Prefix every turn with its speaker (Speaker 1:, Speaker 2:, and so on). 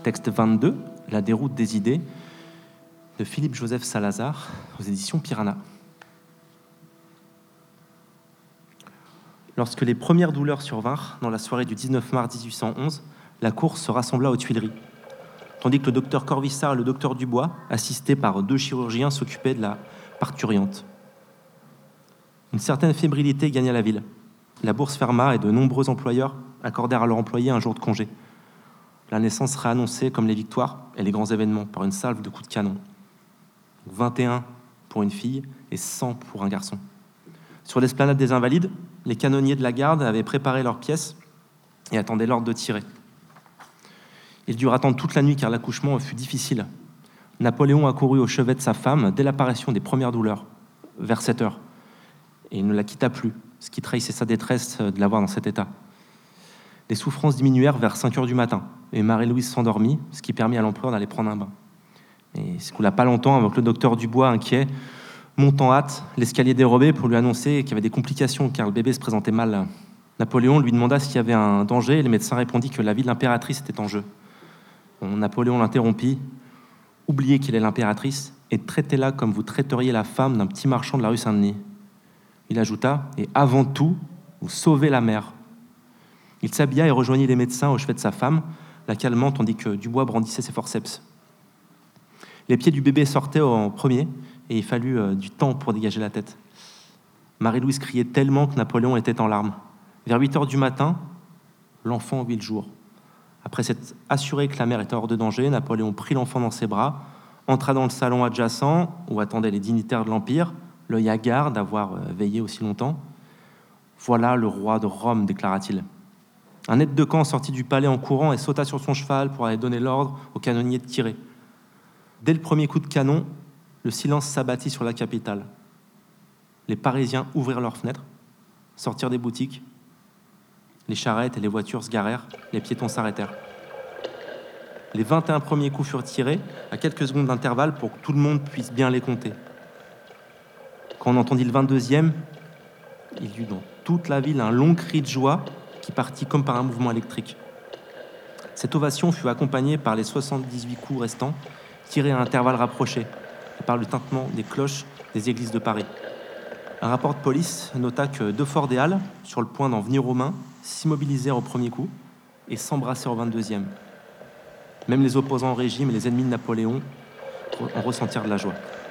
Speaker 1: Texte 22, La déroute des idées, de Philippe-Joseph Salazar, aux éditions Piranha. Lorsque les premières douleurs survinrent, dans la soirée du 19 mars 1811, la cour se rassembla aux Tuileries, tandis que le docteur Corvissart et le docteur Dubois, assistés par 2 chirurgiens, s'occupaient de la parturiente. Une certaine fébrilité gagna la ville. La bourse ferma et de nombreux employeurs accordèrent à leurs employés un jour de congé. La naissance sera annoncée comme les victoires et les grands événements par une salve de coups de canon. 21 pour une fille et 100 pour un garçon. Sur l'esplanade des Invalides, les canonniers de la garde avaient préparé leurs pièces et attendaient l'ordre de tirer. Ils durent attendre toute la nuit car l'accouchement fut difficile. Napoléon accourut au chevet de sa femme dès l'apparition des premières douleurs, vers 7 heures. Et il ne la quitta plus, ce qui trahissait sa détresse de la voir dans cet état. Les souffrances diminuèrent vers 5 heures du matin, et Marie-Louise s'endormit, ce qui permit à l'empereur d'aller prendre un bain. Et il ne se coula pas longtemps avant que le docteur Dubois, inquiet, monte en hâte l'escalier dérobé pour lui annoncer qu'il y avait des complications car le bébé se présentait mal. Napoléon lui demanda s'il y avait un danger et le médecin répondit que la vie de l'impératrice était en jeu. Napoléon l'interrompit. « Oubliez qu'il est l'impératrice et traitez-la comme vous traiteriez la femme d'un petit marchand de la rue Saint-Denis. » Il ajouta « Et avant tout, vous sauvez la mère. » Il s'habilla et rejoignit les médecins au chevet de sa femme, la calmant tandis que Dubois brandissait ses forceps. Les pieds du bébé sortaient en premier et il fallut du temps pour dégager la tête. Marie-Louise criait tellement que Napoléon était en larmes. Vers 8 heures du matin, l'enfant vit le jour. Après s'être assuré que la mère était hors de danger, Napoléon prit l'enfant dans ses bras, entra dans le salon adjacent où attendaient les dignitaires de l'Empire, l'œil hagard d'avoir veillé aussi longtemps. « Voilà le roi de Rome », déclara-t-il. Un aide de camp sortit du palais en courant et sauta sur son cheval pour aller donner l'ordre aux canonniers de tirer. Dès le premier coup de canon, le silence s'abattit sur la capitale. Les Parisiens ouvrirent leurs fenêtres, sortirent des boutiques. Les charrettes et les voitures se garèrent, les piétons s'arrêtèrent. Les 21 premiers coups furent tirés à quelques secondes d'intervalle pour que tout le monde puisse bien les compter. Quand on entendit le 22e, il y eut dans toute la ville un long cri de joie qui partit comme par un mouvement électrique. Cette ovation fut accompagnée par les 78 coups restants, tirés à intervalles rapprochés, et par le tintement des cloches des églises de Paris. Un rapport de police nota que 2 forts des Halles, sur le point d'en venir aux mains, s'immobilisèrent au premier coup et s'embrassèrent au 22e. Même les opposants au régime et les ennemis de Napoléon en ressentirent de la joie.